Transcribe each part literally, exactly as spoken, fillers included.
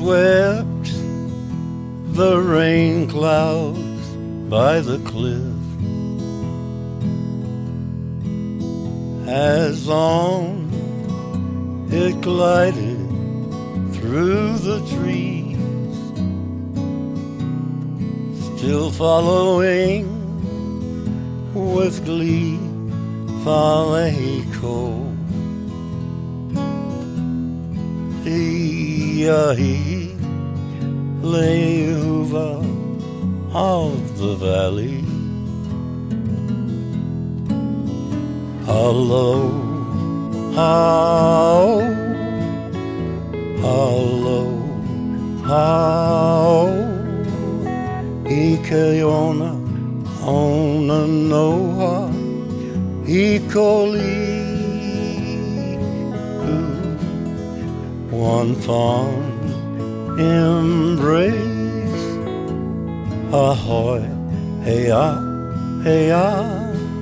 swept the rain clouds by the cliff as on it glided through the trees, still following with glee Faleco. He lay hoover of the valley. Hello, how, hello, how, Ikeona, ona noa, Ikoli. One fond embrace, ahoy, hey ah, hey ah,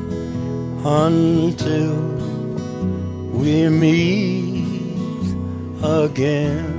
until we meet again.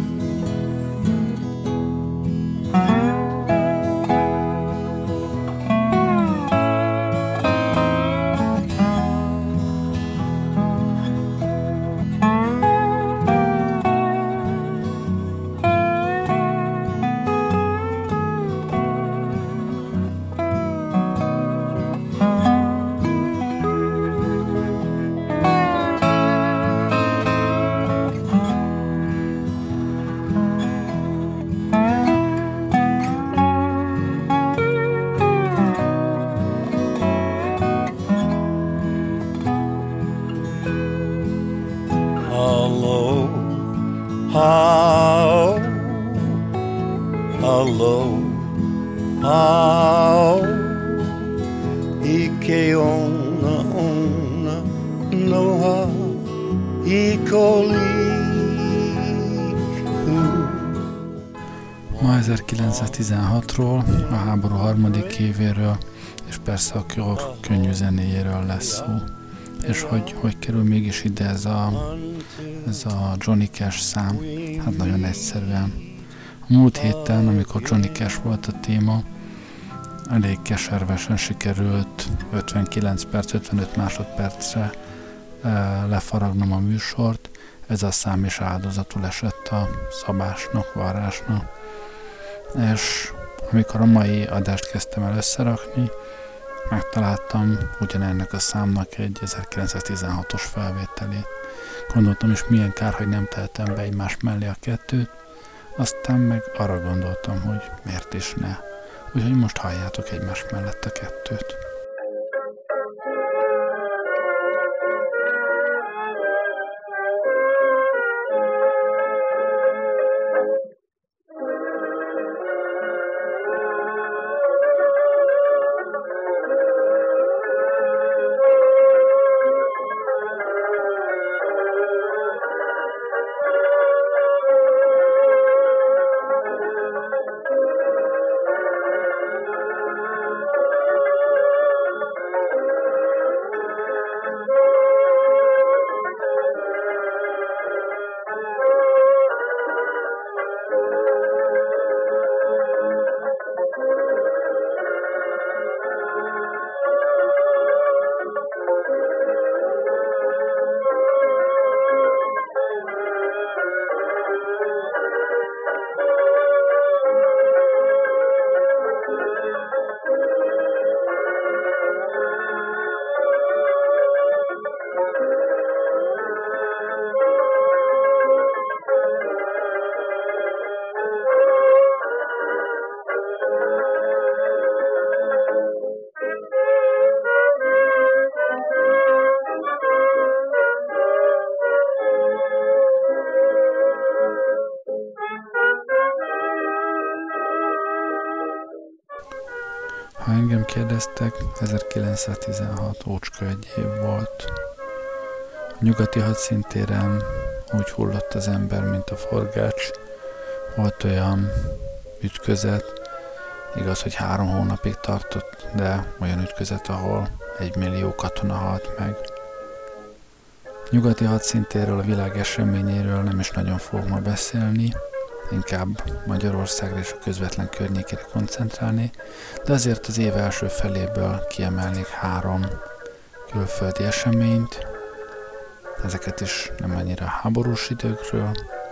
How, hello, how, Ikeona, ona, noha, Ikoli. Ma ezerkilencszáztizenhatról, a háború harmadik évéről, és persze a kor könnyű zenéjéről lesz szó. És hogy, hogy kerül mégis ide ez a, ez a Johnny Cash szám? Hát nagyon egyszerűen. A múlt héten, amikor Johnny Cash volt a téma, elég keservesen sikerült ötvenkilenc perc, ötvenöt másodpercre e, lefaragnom a műsort. Ez a szám is áldozatul esett a szabásnak, varrásnak. És amikor a mai adást kezdtem el összerakni, megtaláltam ugyanennek a számnak egy ezerkilencszáztizenhatos felvételét. Gondoltam is, milyen kár, hogy nem teltem be egymás mellé a kettőt, aztán meg arra gondoltam, hogy miért is ne. Úgyhogy most halljátok egymás mellett a kettőt. Ha engem kérdeztek, ezerkilencszáztizenhat ócska egy év volt. A nyugati hadszintéren úgy hullott az ember, mint a forgács. Volt olyan ütközet, igaz, hogy három hónapig tartott, de olyan ütközet, ahol egy millió katona halt meg. Nyugati hadszintéről, a világ eseményéről nem is nagyon fogok ma beszélni, inkább Magyarországra és a közvetlen környékére koncentrálni, de azért az év első feléből kiemelnék három külföldi eseményt, ezeket is nem annyira háborús időkről.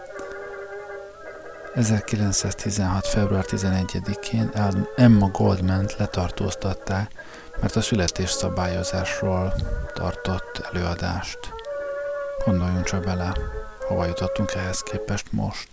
ezerkilencszáztizenhat. február tizenegyedikén Emma Goldmant letartóztatták, mert a születésszabályozásról tartott előadást. Gondoljunk csak bele, hova jutottunk ehhez képest most.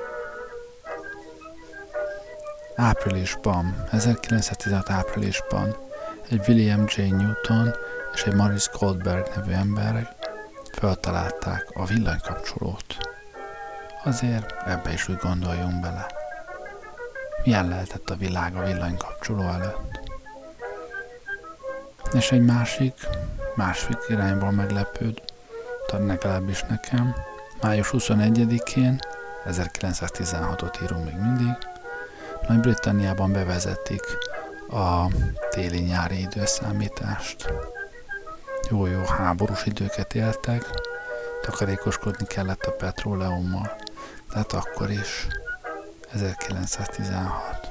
Áprilisban, ezerkilencszáztizenhat. áprilisban egy William J. Newton és egy Maurice Goldberg nevű ember feltalálták a villanykapcsolót. Azért ebbe is úgy gondoljunk bele. Milyen lehetett a világ a villanykapcsoló előtt? És egy másik, másik irányból meglepőd, talán legalábbis nekem, május huszonegyedikén, ezerkilencszáztizenhatot írunk még mindig, Nagy-Britanniában bevezetik a téli-nyári időszámítást. Jó-jó háborús időket éltek, takarékoskodni kellett a petróleummal, de hát akkor is, ezerkilencszáztizenhat.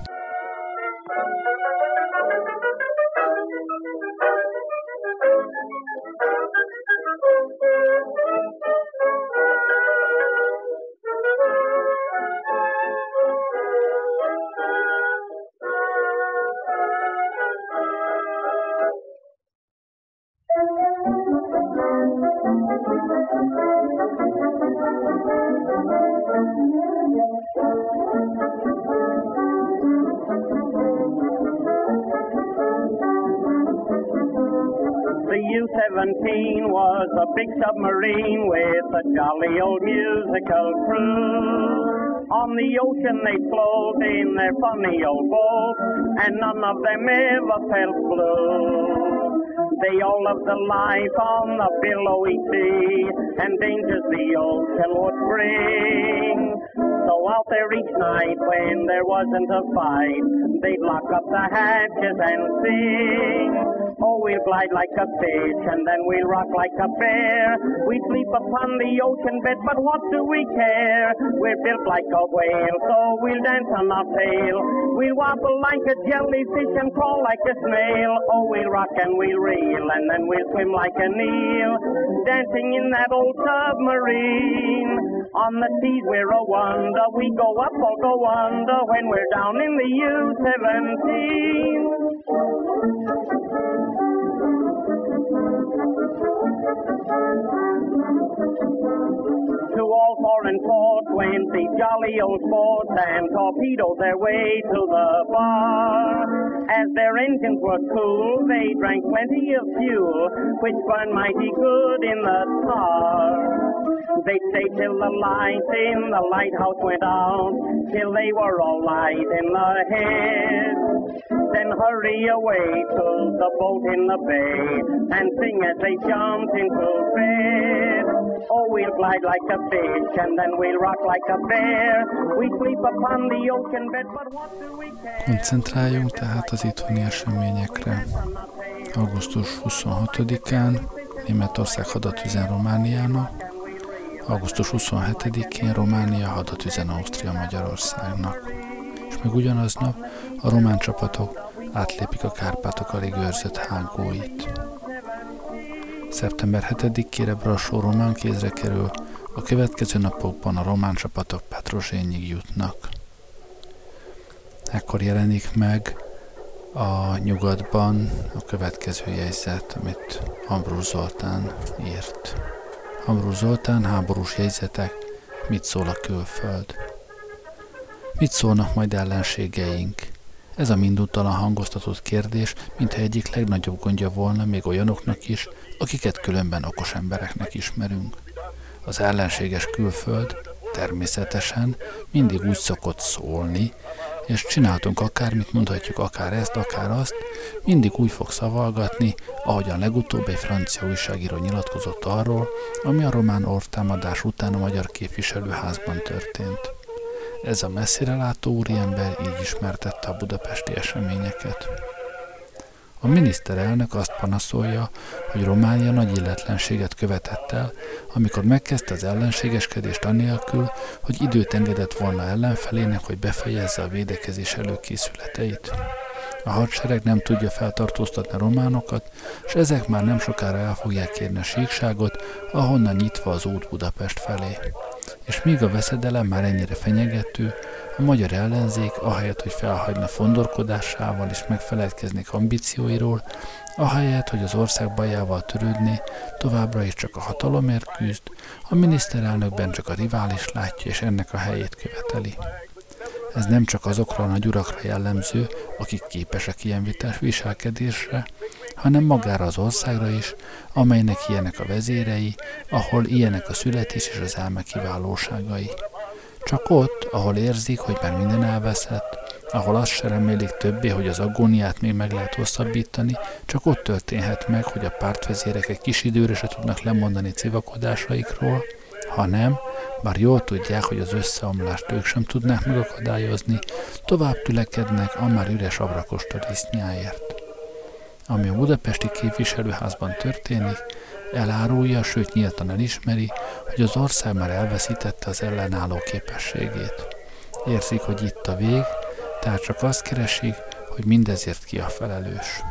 U seventeen was a big submarine with a jolly old musical crew. On the ocean they float in their funny old boat, and none of them ever felt blue. They all loved the life on the billowy sea, and dangers the ocean would bring. So out there each night when there wasn't a fight, they'd lock up the hatches and sing. Oh, we'll glide like a fish, and then we'll rock like a bear. We sleep upon the ocean bed, but what do we care? We're built like a whale, so we'll dance on our tail. We'll wobble like a jellyfish and crawl like a snail. Oh, we'll rock and we'll reel, and then we'll swim like an eel, dancing in that old submarine. On the seas we're a wonder, we go up or go under when we're down in the U seventeen. To all foreign ports went the jolly old sports and torpedoed their way to the bar. As their engines were cool, they drank plenty of fuel, which burned mighty good in the tar. They stayed till the lights in the lighthouse went out, till they were all light in the head. Then hurry away to the boat in the bay, and sing as they jumped into bed. Oh, we'll glide like a fish, and then we'll rock like a bear. We sleep upon the ocean bed, but what do we care? Koncentráljunk tehát az itthoni eseményekre. augusztus huszonhatodikán Németország hadat üzen Romániának, augusztus huszonhetedikén Románia hadat üzen Ausztria Magyarországnak. És meg ugyanaznap a román csapatok átlépik a Kárpátok alig őrzött hágóit. szeptember hetedikére Brassó román kézre kerül, a következő napokban a román csapatok Petrozsényig jutnak. Ekkor jelenik meg a nyugatban a következő jegyzet, amit Ambrus Zoltán írt. Ambrus Zoltán, háborús jegyzetek, mit szól a külföld? Mit szólnak majd ellenségeink? Ez a minduntalan hangoztatott kérdés, mintha egyik legnagyobb gondja volna még olyanoknak is, akiket különben okos embereknek ismerünk. Az ellenséges külföld természetesen mindig úgy szokott szólni, és csináltunk akármit, mondhatjuk akár ezt, akár azt, mindig úgy fog szavalgatni, ahogyan legutóbb egy francia újságíró nyilatkozott arról, ami a román orvtámadás után a magyar képviselőházban történt. Ez a messzire látó úriember így ismertette a budapesti eseményeket. A miniszterelnök azt panaszolja, hogy Románia nagy illetlenséget követett el, amikor megkezdte az ellenségeskedést anélkül, hogy időt engedett volna ellenfelének, hogy befejezze a védekezés előkészületeit. A hadsereg nem tudja feltartóztatni a románokat, és ezek már nem sokára el fogják kérni a síkságot, ahonnan nyitva az út Budapest felé. És míg a veszedelem már ennyire fenyegető, a magyar ellenzék, ahelyett, hogy felhagyna fondorkodásával és megfeledkeznék ambícióiról, ahelyett, hogy az ország bajával törődné, továbbra is csak a hatalomért küzd, a miniszterelnökben csak a rivális látja, és ennek a helyét követeli. Ez nem csak azokra a nagyurakra jellemző, akik képesek ilyen vitás viselkedésre, hanem magára az országra is, amelynek ilyenek a vezérei, ahol ilyenek a születés és az elme kiválóságai. Csak ott, ahol érzik, hogy már minden elveszett, ahol azt se remélik többé, hogy az agóniát még meg lehet hosszabbítani, csak ott történhet meg, hogy a pártvezérek egy kis időre se tudnak lemondani civakodásaikról, hanem, bár jól tudják, hogy az összeomlást ők sem tudnák megakadályozni, tovább tülekednek a már üres abrakos tarisznyáért. Ami a budapesti képviselőházban történik, elárulja, sőt nyíltan elismeri, hogy az ország már elveszítette az ellenálló képességét. Érzik, hogy itt a vég, tehát csak azt keresik, hogy mindezért ki a felelős.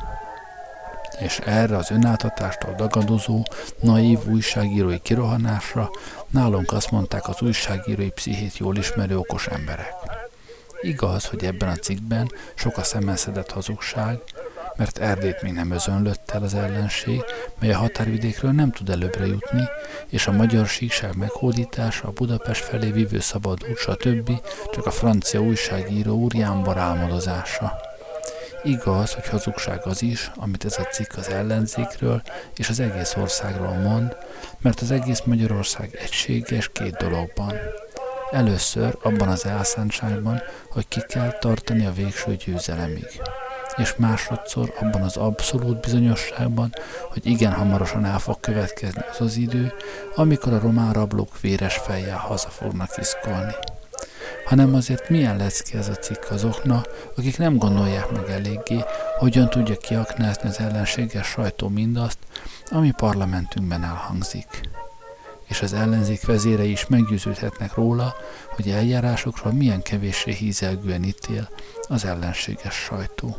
És erre az önáltatástól dagadozó, naív újságírói kirohanásra nálunk azt mondták az újságírói pszichét jól ismerő okos emberek. Igaz, hogy ebben a cikkben sok a szemenszedett hazugság, mert Erdélyt még nem özönlött el az ellenség, mely a határvidékről nem tud előbbre jutni, és a magyar síkság meghódítása, a Budapest felé vívő szabad út, stb. Csak a francia újságíró úr Jámbor álmodozása. Igaz, hogy hazugság az is, amit ez a cikk az ellenzékről és az egész országról mond, mert az egész Magyarország egységes két dologban. Először abban az elszántságban, hogy ki kell tartani a végső győzelemig. És másodszor abban az abszolút bizonyosságban, hogy igen hamarosan el fog következni az az idő, amikor a román rablók véres fejjel haza fognak iszkolni. Hanem azért milyen lecke ez a cikk azoknak, akik nem gondolják meg eléggé, hogyan tudja kiaknázni az ellenséges sajtó mindazt, ami parlamentünkben elhangzik. És az ellenzék vezérei is meggyőződhetnek róla, hogy eljárásokról milyen kevéssé hízelgően ítél az ellenséges sajtó.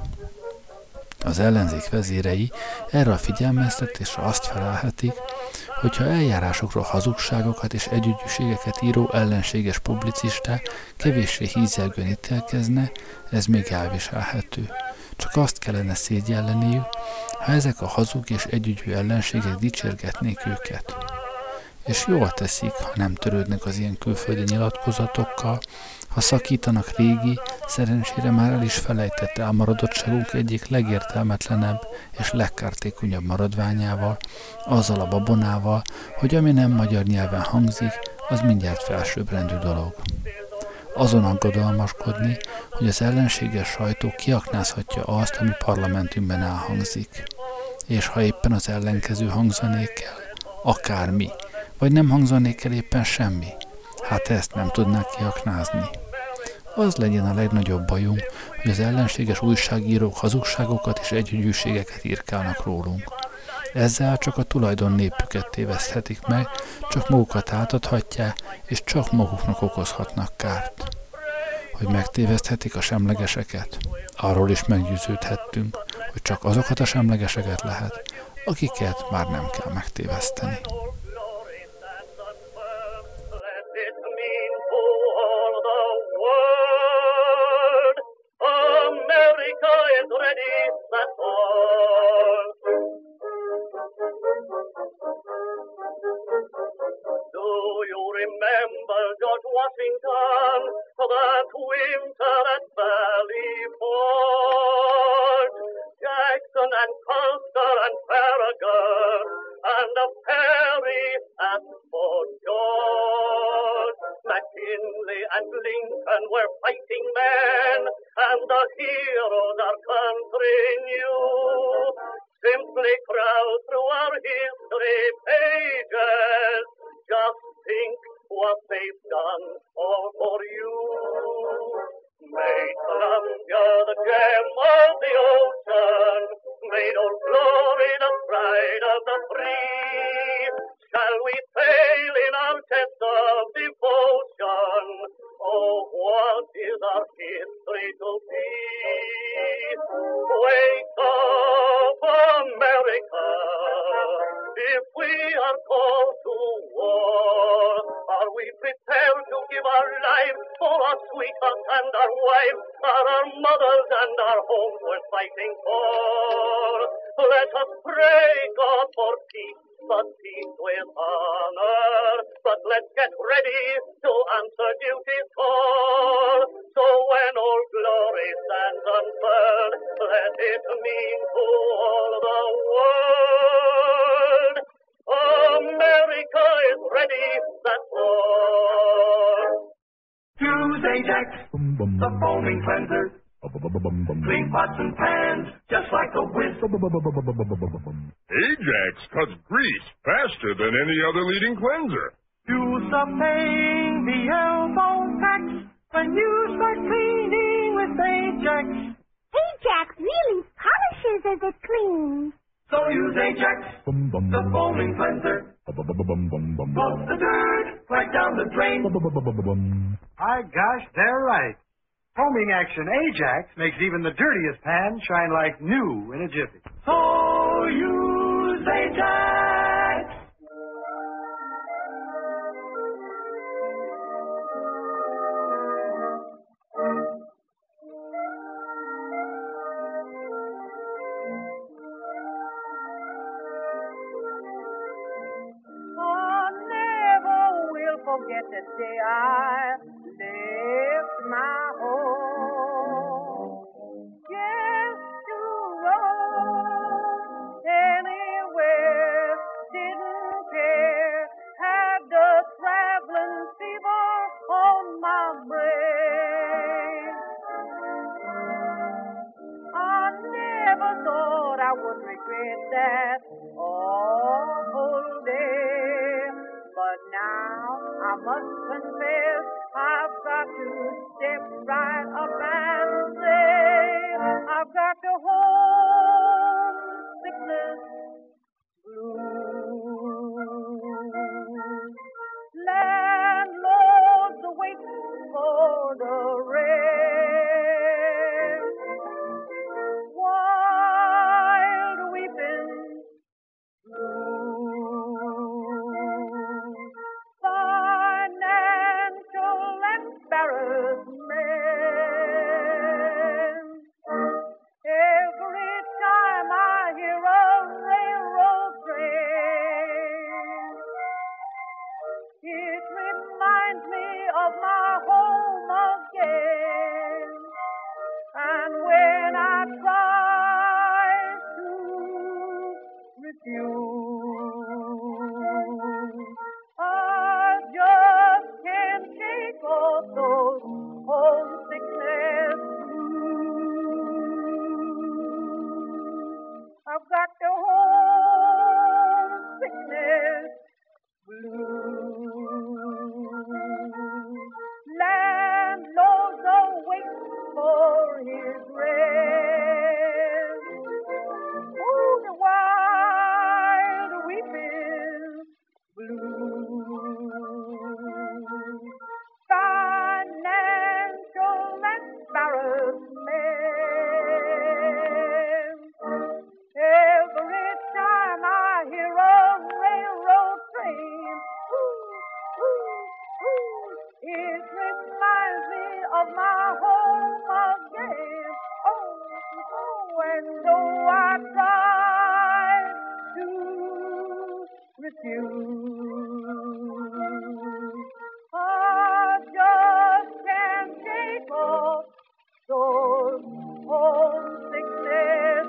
Az ellenzék vezérei erre a figyelmeztetésre azt felelhetik, hogyha eljárásokról hazugságokat és együgyűségeket író ellenséges publicista kevéssé hízelgően ítélkezne, ez még elviselhető. Csak azt kellene szégyelleniük, ha ezek a hazug és együgyű ellenségek dicsérgetnék őket. És jól teszik, ha nem törődnek az ilyen külföldi nyilatkozatokkal, ha szakítanak régi, szerencsére már el is felejtett elmaradottságunk egyik legértelmetlenebb és legkártékonyabb maradványával, azzal a babonával, hogy ami nem magyar nyelven hangzik, az mindjárt felsőbbrendű dolog. Azon aggodalmaskodni, hogy az ellenséges sajtó kiaknázhatja azt, ami parlamentünkben elhangzik. És ha éppen az ellenkező hangzanékkel, akármi, vagy nem hangzanék el éppen semmi, hát ezt nem tudnák kiaknázni. Az legyen a legnagyobb bajunk, hogy az ellenséges újságírók hazugságokat és együgyűségeket írkálnak rólunk. Ezzel csak a tulajdon népüket téveszthetik meg, csak magukat átadhatják, és csak maguknak okozhatnak kárt. Hogy megtéveszthetik a semlegeseket, arról is meggyőződhettünk, hogy csak azokat a semlegeseket lehet, akiket már nem kell megtéveszteni. Remember George Washington, that winter at Valley Forge, Jackson and Custer and Farragut, and the Perry at Fort George. McKinley and Lincoln were fighting men, and the heroes our country knew. Simply crowd through our history pages, just think what they've done all for you. Made Columbia the gem of the ocean, made of the free. Shall we fail in our test of devotion? Oh, what is our history to be? Wake up, America, if we are called to war. Are we prepared to give our lives for our sweethearts and our wives? Are our mothers and our homes worth fighting for? Let us pray God for peace, but peace with honor. But let's get ready to answer duty's call. So when old glory stands unfurled, let it mean to all the world, America is ready, that's all. Use Ajax, the foaming cleanser. Clean pots and pans, just like a whiz. Ajax cuts grease faster than any other leading cleanser. Use the paying the elbow tax when you start cleaning with Ajax. Ajax really polishes as it cleans. So use Ajax, the foaming cleanser. Flush the dirt right down the drain. My gosh, they're right. Foaming action Ajax makes even the dirtiest pan shine like new in a jiffy. So use Ajax. Forget the day I left my home, just to roam anywhere, didn't care, had the traveling fever on my brain. I never thought I would regret that awful day, but now I must confess, I've got to step right up and say, I've got the homesickness blues. Landlords are waiting for the rent. Wild weeping blues. Financial embarrassment. Every time I hear a railroad train, it reminds me of my home again. And when I try to refuse, I just can't shake off those homesickness blues. I've got the homesickness blues. Landlords are waiting for his rent. Oh, the wild weeping blues. Financial embarrassment. Every time I hear a railroad train, ooh, ooh, ooh, it reminds me of my home again. Oh, oh, and though I try to refuse, I just can't shake off those homesickness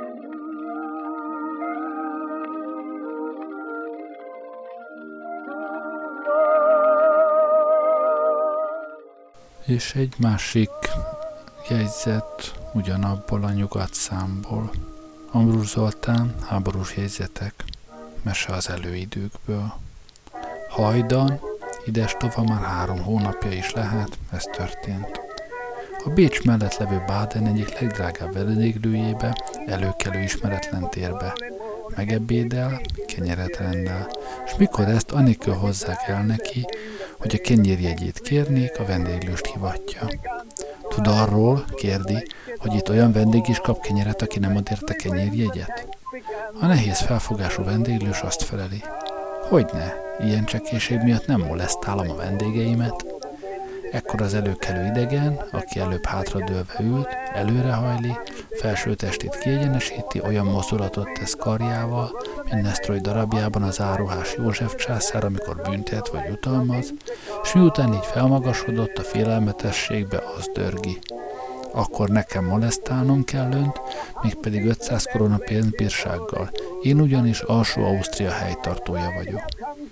És egy másik jegyzet ugyanabból a nyugat számból. Ambrus Zoltán, háborús jegyzetek, mese az előidőkből. Hajdan, idestova már három hónapja is lehet, ez történt. A Bécs mellett levő Báden egyik legdrágább vendéglőjébe, előkelő ismeretlen térbe, megebédel, kenyeret rendel, és mikor ezt anélkül hozzák el neki, hogy a kenyérjegyét kérnék, a vendéglőst hivatja. Tud arról, kérdi, hogy itt olyan vendég is kap kenyeret, aki nem ad érte kenyérjegyet? A nehéz felfogású vendéglős azt feleli. Hogyne, ilyen csekéség miatt nem molesztálom a vendégeimet. Ekkor az előkelő idegen, aki előbb hátradőlve ült, előrehajli, felső testét kiegyenesíti, olyan mozdulatot tesz karjával, mint Nestroy darabjában az áruhás József császár, amikor büntet vagy jutalmaz, és miután így felmagasodott a félelmetességbe, az dörgi. Akkor nekem molesztálnom kell önt, mégpedig ötszáz korona pénzbírsággal. Én ugyanis alsó Ausztria helytartója vagyok.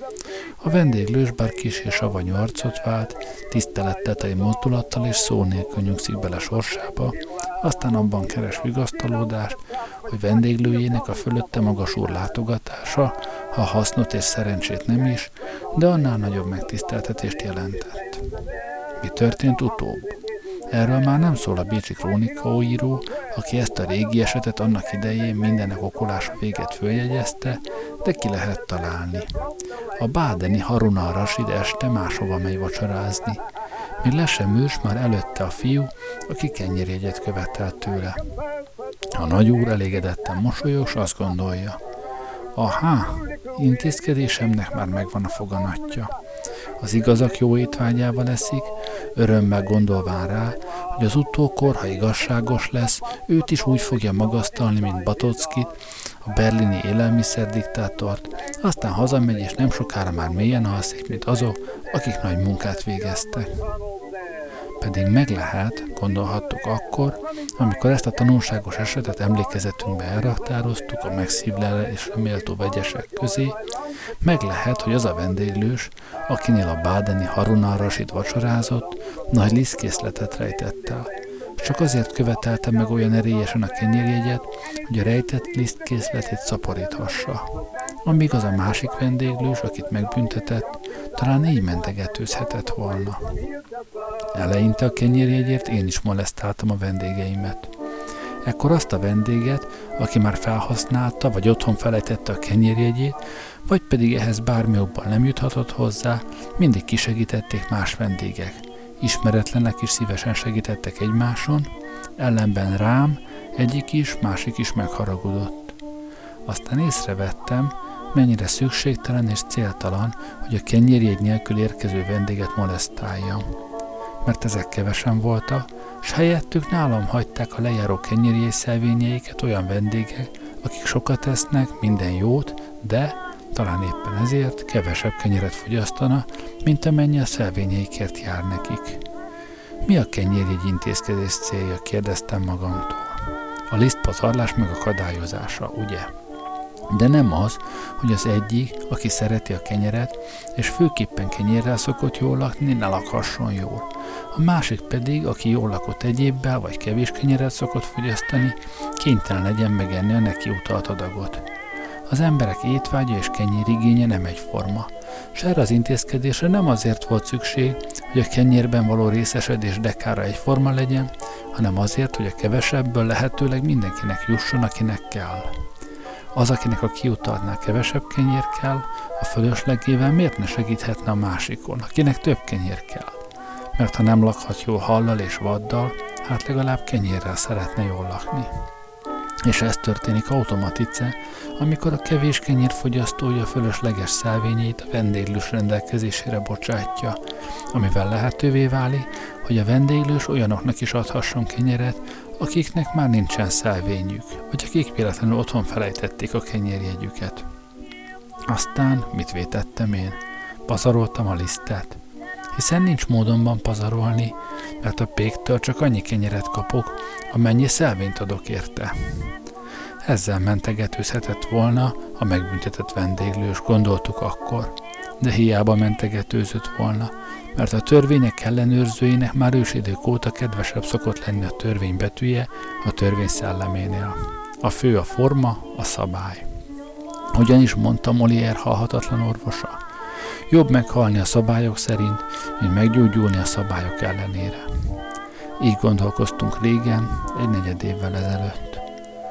A vendéglős bár kis és savanyú arcot vált, tisztelettetei mozdulattal és szó nélkül nyugszik bele sorsába, aztán abban keres vigasztalódást, hogy vendéglőjének a fölötte magas úr látogatása, ha hasznot és szerencsét nem is, de annál nagyobb megtiszteltetést jelentett. Mi történt utóbb? Erről már nem szól a bécsi krónikaíró, aki ezt a régi esetet annak idején mindenek okolása véget följegyezte, de ki lehet találni. A bádeni Harun al-Rasid este máshova megy vacsorázni. Még le sem ős, már előtte a fiú, aki kenyérjegyet követelt tőle. A nagyúr elégedetten mosolyog, s azt gondolja. Aha, intézkedésemnek már megvan a foganatja. Az igazak jó étvágyával eszik, örömmel gondolván rá, hogy az utókor, ha igazságos lesz, őt is úgy fogja magasztalni, mint Batockit, a berlini élelmiszerdiktátort, aztán hazamegy, és nem sokára már mélyen alszik, mint azok, akik nagy munkát végeztek. Pedig meg lehet, gondolhattuk akkor, amikor ezt a tanulságos esetet emlékezetünkbe elraktároztuk a megszívlelésre méltó vegyesek közé, meg lehet, hogy az a vendéglős, akinél a bádeni Harun al-Rasid vacsorázott, nagy lisztkészletet rejtett el. Csak azért követelte meg olyan erélyesen a kenyérjegyet, hogy a rejtett lisztkészletét szaporíthassa. Amíg az a másik vendéglős, akit megbüntetett, talán így mentegetőzhetett volna. Eleinte a kenyérjegyért én is molesztáltam a vendégeimet. Ekkor azt a vendéget, aki már felhasználta, vagy otthon felejtette a kenyérjegyét, vagy pedig ehhez bármi jobban nem juthatott hozzá, mindig kisegítették más vendégek. Ismeretlenek is szívesen segítettek egymáson, ellenben rám egyik is, másik is megharagudott. Aztán észrevettem, mennyire szükségtelen és céltalan, hogy a kenyérjegy nélkül érkező vendéget molesztáljam. Mert ezek kevesen voltak, s helyettük nálam hagyták a lejáró kenyérjegy szelvényeiket olyan vendégek, akik sokat esznek, minden jót, de talán éppen ezért kevesebb kenyeret fogyasztana, mint amennyi a szelvényeikért jár nekik. Mi a kenyérjegy intézkedés célja, kérdeztem magamtól. A lisztpazarlás megakadályozása, ugye? De nem az, hogy az egyik, aki szereti a kenyeret, és főképpen kenyérrel szokott jól lakni, ne lakhasson jól. A másik pedig, aki jól lakott egyébbel, vagy kevés kenyeret szokott fogyasztani, kénytelen legyen megenni a neki utalt adagot. Az emberek étvágya és kenyérigénye nem egyforma, s erre az intézkedésre nem azért volt szükség, hogy a kenyérben való részesedés dekára egyforma legyen, hanem azért, hogy a kevesebből lehetőleg mindenkinek jusson, akinek kell. Az, akinek a kiutaltnál kevesebb kenyér kell, a fölöslegével miért ne segíthetne a másikon, akinek több kenyér kell? Mert ha nem lakhat jól hallal és vaddal, hát legalább kenyérrel szeretne jól lakni. És ez történik automatice, amikor a kevés kenyér fogyasztója fölösleges szelvényeit a vendéglős rendelkezésére bocsátja, amivel lehetővé válik, hogy a vendéglős olyanoknak is adhasson kenyeret, akiknek már nincsen szelvényük, vagy akik véletlenül otthon felejtették a kenyérjegyüket. Aztán mit vétettem én? Pazaroltam a lisztet. Hiszen nincs módonban pazarolni, mert a péktől csak annyi kenyeret kapok, amennyi szelvényt adok érte. Ezzel mentegetőzhetett volna a megbüntetett vendéglős, gondoltuk akkor, de hiába mentegetőzött volna, mert a törvények ellenőrzőinek már ősidők óta kedvesebb szokott lenni a törvény betűje a törvény szelleménél. A fő a forma, a szabály. Hogyan is mondta Molière halhatatlan orvosa? Jobb meghalni a szabályok szerint, mint meggyógyulni a szabályok ellenére. Így gondolkoztunk régen, egy negyed évvel ezelőtt.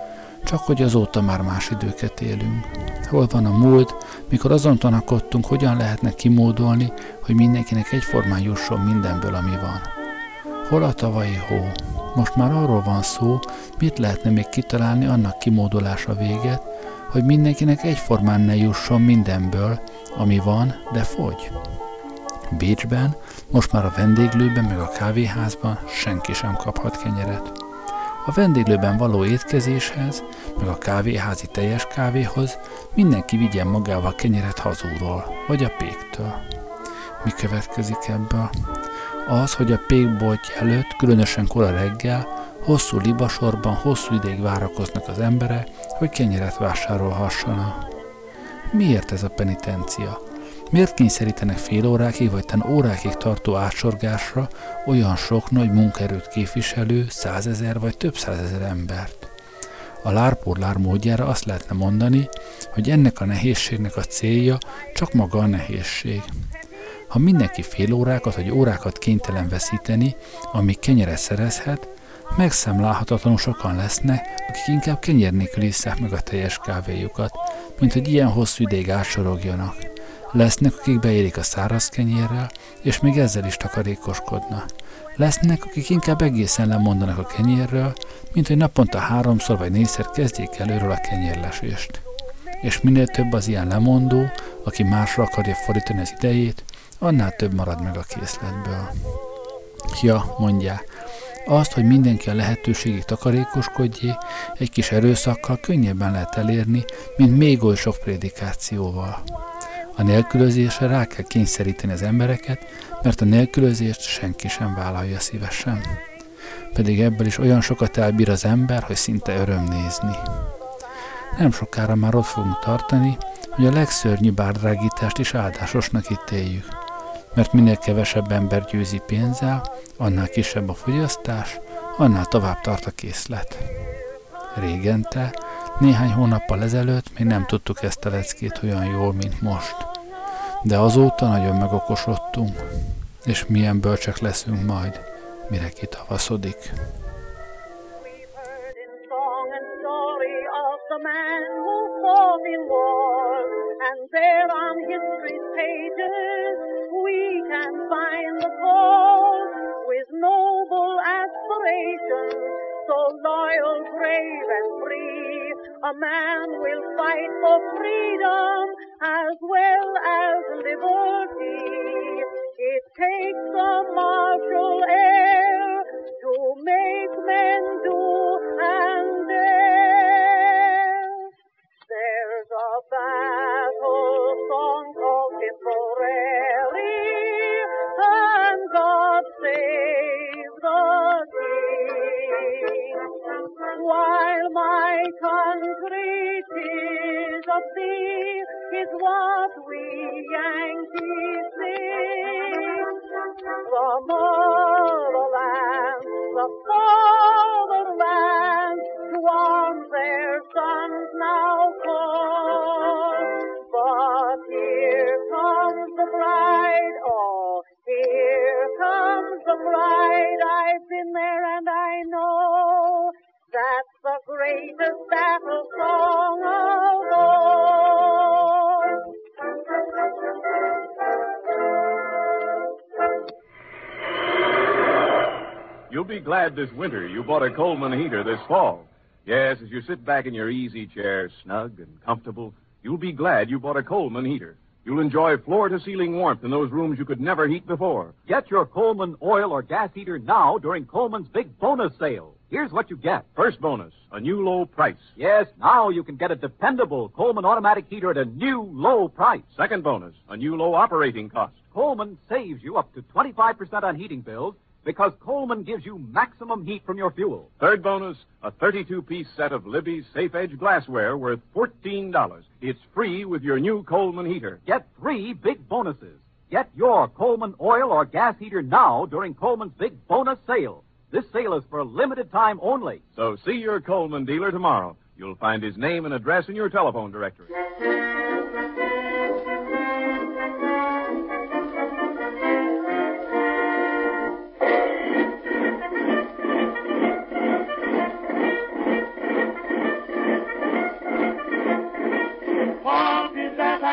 Csak hogy azóta már más időket élünk. Hol van a múlt, mikor azon tanakodtunk, hogyan lehetne kimódolni, hogy mindenkinek egyformán jusson mindenből, ami van. Hol a tavalyi hó? Most már arról van szó, mit lehetne még kitalálni annak kimódolása véget, hogy mindenkinek egyformán ne jusson mindenből, ami van, de fogy. Bécsben, most már a vendéglőben meg a kávéházban senki sem kaphat kenyeret. A vendéglőben való étkezéshez, meg a kávéházi teljes kávéhoz mindenki vigyen magával kenyeret hazúról, vagy a péktől. Mi következik ebből? Az, hogy a pékboltja előtt, különösen kora reggel, hosszú libasorban hosszú ideig várakoznak az emberek, hogy kenyeret vásárolhassanak. Miért ez a penitencia? Miért kényszerítenek fél órákig vagy tán órákig tartó átsorgásra olyan sok nagy munkaerőt képviselő százezer vagy több százezer embert? A lárpórlár módjára azt lehetne mondani, hogy ennek a nehézségnek a célja csak maga a nehézség. Ha mindenki fél órákat vagy órákat kénytelen veszíteni, amíg kenyeret szerezhet, megszámlálhatatlanul sokan lesznek, akik inkább kenyer nélkül isszák meg a teljes kávéjukat, mint hogy ilyen hosszú ideig átsorogjanak. Lesznek, akik beérik a száraz kenyérrel, és még ezzel is takarékoskodnak. Lesznek, akik inkább egészen lemondanak a kenyérről, mint hogy naponta háromszor vagy négyszer kezdjék előről a kenyérlesést. És minél több az ilyen lemondó, aki másra akarja fordítani az idejét, annál több marad meg a készletből. Ja, mondják, azt, hogy mindenki a lehetőségig takarékoskodjé, egy kis erőszakkal könnyebben lehet elérni, mint még oly sok prédikációval. A nélkülözésre rá kell kényszeríteni az embereket, mert a nélkülözést senki sem vállalja szívesen. Pedig ebből is olyan sokat elbír az ember, hogy szinte öröm nézni. Nem sokára már ott fogunk tartani, hogy a legszörnyűbb árdrágítást is áldásosnak ítéljük. Mert minél kevesebb ember győzi pénzzel, annál kisebb a fogyasztás, annál tovább tart a készlet. Régente, néhány hónappal ezelőtt még nem tudtuk ezt a leckét olyan jól, mint most. De azóta nagyon megokosodtunk, és milyen bölcsek leszünk majd, mire kitavaszodik. And there on history's pages we can find the cause with noble aspirations, so loyal, brave and free. A man will fight for freedom as well as liberty. It takes a martial air to make men do and dare. There's a battle song called Tipperary, and God save the King. While my country tis of thee is what we Yankees sing. The motherland, the fatherland, to arm their sons now call. But here comes the bride, oh, here comes the bride. I've been there and I know that's the greatest battle song of all. You'll be glad this winter you bought a Coleman heater this fall. Yes, as you sit back in your easy chair, snug and comfortable, you'll be glad you bought a Coleman heater. You'll enjoy floor-to-ceiling warmth in those rooms you could never heat before. Get your Coleman oil or gas heater now during Coleman's big bonus sale. Here's what you get. First bonus, a new low price. Yes, now you can get a dependable Coleman automatic heater at a new low price. Second bonus, a new low operating cost. Coleman saves you up to twenty-five percent on heating bills because Coleman gives you maximum heat from your fuel. Third bonus, a thirty-two piece set of Libby's Safe Edge glassware worth fourteen dollars. It's free with your new Coleman heater. Get three big bonuses. Get your Coleman oil or gas heater now during Coleman's big bonus sale. This sale is for a limited time only. So see your Coleman dealer tomorrow. You'll find his name and address in your telephone directory.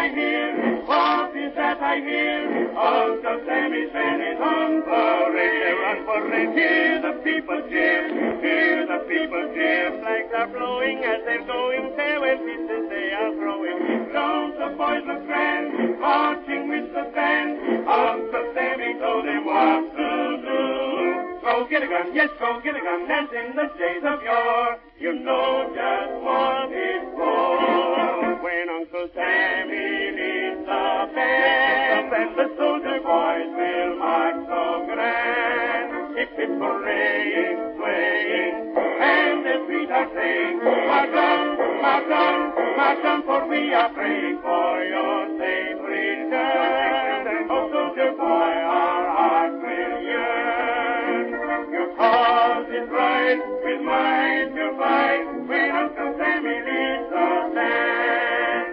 I hear? What is that I hear? Uncle Sammy's band is on parade. They're on parade. Hear the people cheer. Hear the people cheer. Flags are blowing as they're going. Farewell pieces they are throwing. Don't the boys look grand, marching with the band? Uncle Sammy told them what to do. Go get a gun, yes, go get a gun. That's in the days of yore. You know just what it's for. When Uncle Sammy leads the band, then the soldier boys will march so grand. If it's parade, swaying, and the feet are saying, march on, march on, march on, for we are praying for your safe return. Oh, soldier boy, our hearts will yearn. Your cause is right, with mine will fight, when Uncle Sammy leads the band.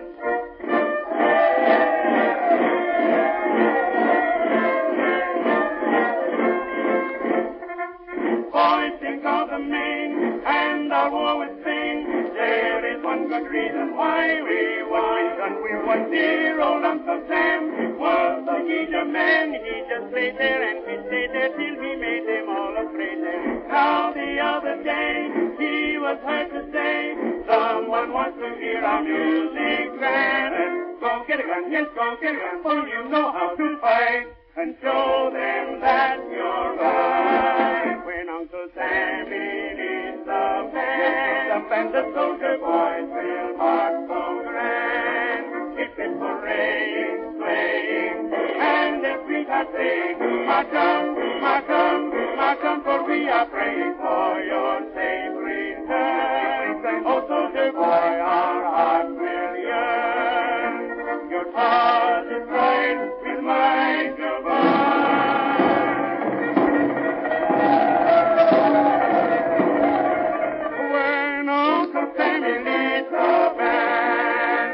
Boys, think of the Maine, and our war will sing. There is one good reason why we won. And we won. Dear old Uncle Sam was a eager man. He just stayed there and he stayed there till we made them all afraid there. Now the other day he was heard to say, someone wants to hear our music grand. Go get a gun, yes, go get a gun, for you know how to fight, and show them that you're right. When Uncle Sammy leads the band, the band, the soldier boys will march so grand. If it's parade, swaying, and the feet are saying, march on, march on, march on, for we are praying for your safe return. Oh, soldier boy, our hearts will yearn. Your cause is right, with mine will When Uncle Sammy leads the band.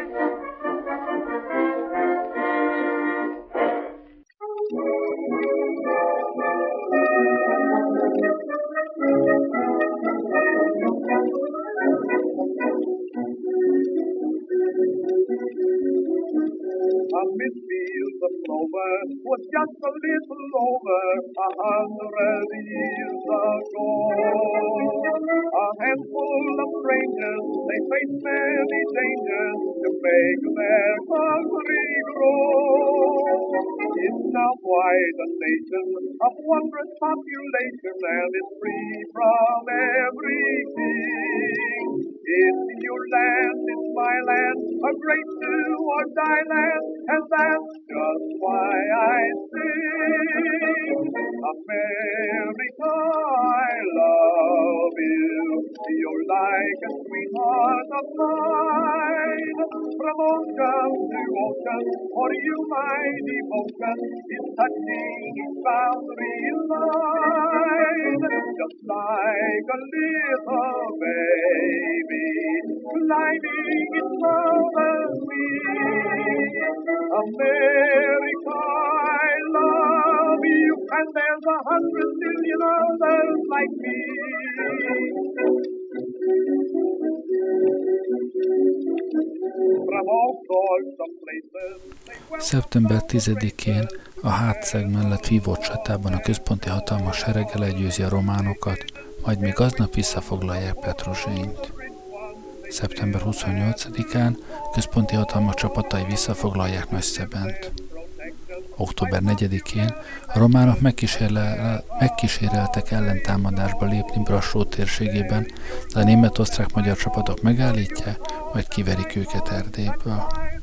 Amid fields of clover was just a little over a hundred years ago. A handful of strangers, they faced many dangers to make their country grow. It's now quite a nation of wondrous population and it's free from everything. It's your land, it's my land, a great do or die land, and that's just why I sing. America, I love you. You're like a sweetheart of mine. From ocean to ocean, for you my devotion is touching each boundary line. Just like a little baby climbing its mother's wings. America, I love you, and there's a hundred million others like me. From all sorts of places. szeptember tizedikén a Hátszeg mellett vívott csatában a központi hatalmas sereg legyőzi a románokat, majd még aznap visszafoglalják Petrozsényt. szeptember huszonnyolcadikán központi hatalmak csapatai visszafoglalják Nagyszebent. október negyedikén a románok megkíséreltek ellentámadásba lépni Brassó térségében, de a német-osztrák-magyar csapatok megállítják, majd kiverik őket Erdélyből.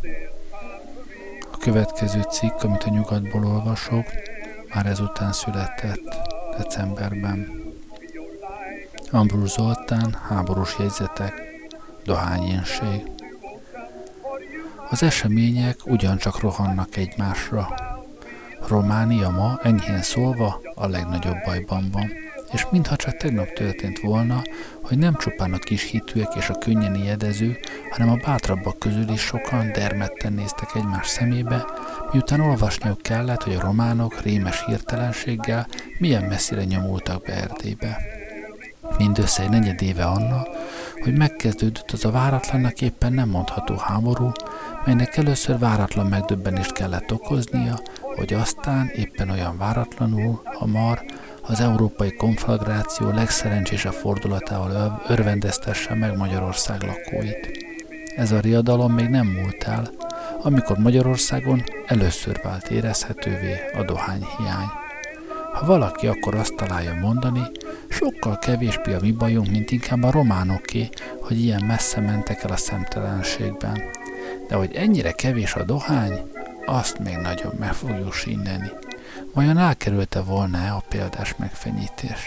A következő cikk, amit a nyugatból olvasok, már ezután született, decemberben. Ambrus Zoltán, háborús jegyzetek, dohányénség. Az események ugyancsak rohannak egymásra. Románia ma, enyhén szólva, a legnagyobb bajban van, és mintha csak tegnap történt volna, hogy nem csupán a kis hitűek és a könnyen ijedező, hanem a bátrabbak közül is sokan dermedten néztek egymás szemébe, miután olvasniuk kellett, hogy a románok rémes hirtelenséggel milyen messzire nyomultak be Erdélybe. Mindössze egy negyed éve annak, hogy megkezdődött az a váratlannak éppen nem mondható háború, melynek először váratlan megdöbbenést kellett okoznia, hogy aztán éppen olyan váratlanul, hamar, az európai konföderáció legszerencsésebb fordulatával örvendeztesse meg Magyarország lakóit. Ez a riadalom még nem múlt el, amikor Magyarországon először vált érezhetővé a dohányhiány. Ha valaki akkor azt találja mondani, sokkal kevésbé a mi bajunk, mint inkább a románoké, hogy ilyen messze mentek el a szemtelenségben. De hogy ennyire kevés a dohány, azt még nagyon meg fogjuk sínyleni. Vajon elkerülte volna-e a példás megfenyítést?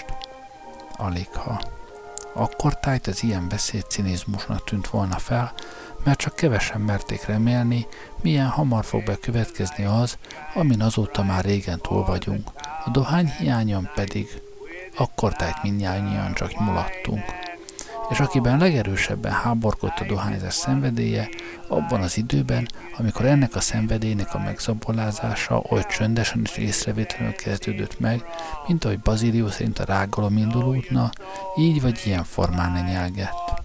Aligha. Akkor tájt az ilyen beszéd cinizmusnak tűnt volna fel, mert csak kevesen merték remélni, milyen hamar fog bekövetkezni az, amin azóta már régen túl vagyunk. A dohány hiányon pedig akkor tájt mindnyáján csak mulattunk. És akiben legerősebben háborgott a dohányzás szenvedélye, abban az időben, amikor ennek a szenvedélynek a megzabolázása oly csöndesen és észrevétlenül kezdődött meg, mint ahogy Bazilius szerint a rágalom indulódna, így vagy ilyen formán ne nyelgett.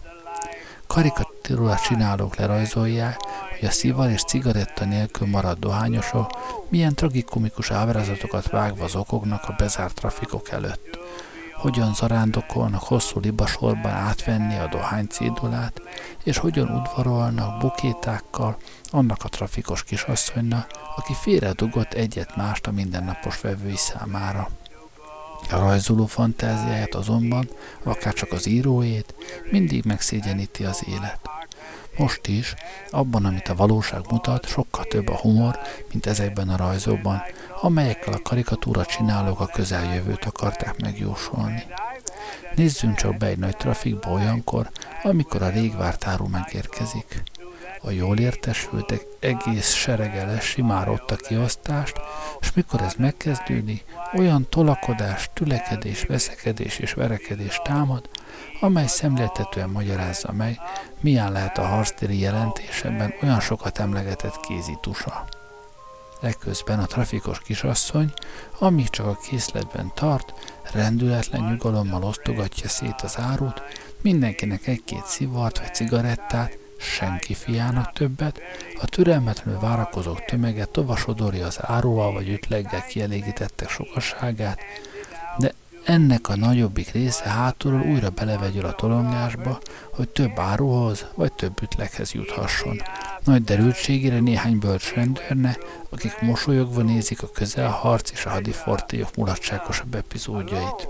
Karikatúra csinálók lerajzolják, hogy a szivar és cigaretta nélkül maradt dohányosok milyen tragikomikus ábrázatokat vágva zokognak a bezárt trafikok előtt. Hogyan zarándokolnak hosszú libasorban átvenni a dohány cédulát, és hogyan udvarolnak bukétákkal annak a trafikos kisasszonynak, aki félredugott egyet-mást a mindennapos vevői számára. A rajzoló fantáziáját azonban, akárcsak az íróét, mindig megszégyeníti az élet. Most is, abban, amit a valóság mutat, sokkal több a humor, mint ezekben a rajzokban, amelyekkel a karikatúra csinálók a közeljövőt akarták megjósolni. Nézzünk csak be egy nagy trafikba olyankor, amikor a rég várt áru megérkezik. A jól értesültek egész seregelesi már ott a kiosztást, és mikor ez megkezdődik, olyan tolakodás, tülekedés, veszekedés és verekedés támad, amely szemléltetően magyarázza meg, milyen lehet a harctéri jelentésében olyan sokat emlegetett kézitusa. Ekközben a trafikos kisasszony, amíg csak a készletben tart, rendületlen nyugalommal osztogatja szét az árut, mindenkinek egy-két szivart vagy cigarettát, senki fiának többet, a türelmetlenül várakozók tömege tovasodorja az áruval vagy ütleggel kielégítettek sokaságát, de ennek a nagyobbik része hátulról újra belevegyül a tolongásba, hogy több áruhoz vagy több ütleghez juthasson. Nagy derültségére néhány bölcs rendőrne, akik mosolyogva nézik a közelharc és a hadifortélyok mulatságosabb epizódjait.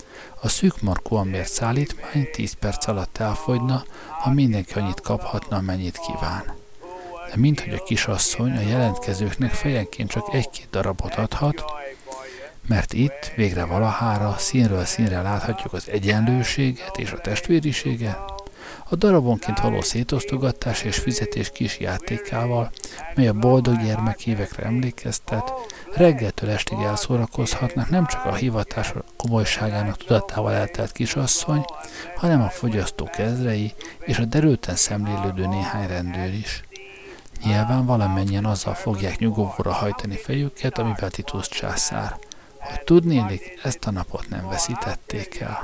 A szűk markúan mért szállítmány tíz perc alatt elfogyna, ha mindenki annyit kaphatna, amennyit kíván. De minthogy a kisasszony a jelentkezőknek fejenként csak egy-két darabot adhat, mert itt végre valahára színről színre láthatjuk az egyenlőséget és a testvériséget, a darabonként való szétosztogatás és fizetés kis játékával, mely a boldog gyermekévekre emlékeztet, reggeltől estig elszórakozhatnak nem csak a hivatás komolyságának tudatával eltelt kisasszony, hanem a fogyasztók ezrei és a derülten szemlélődő néhány rendőr is. Nyilván valamennyien azzal fogják nyugovóra hajtani fejüket, amivel Titus császár, hogy tudnélik, ezt a napot nem veszítették el.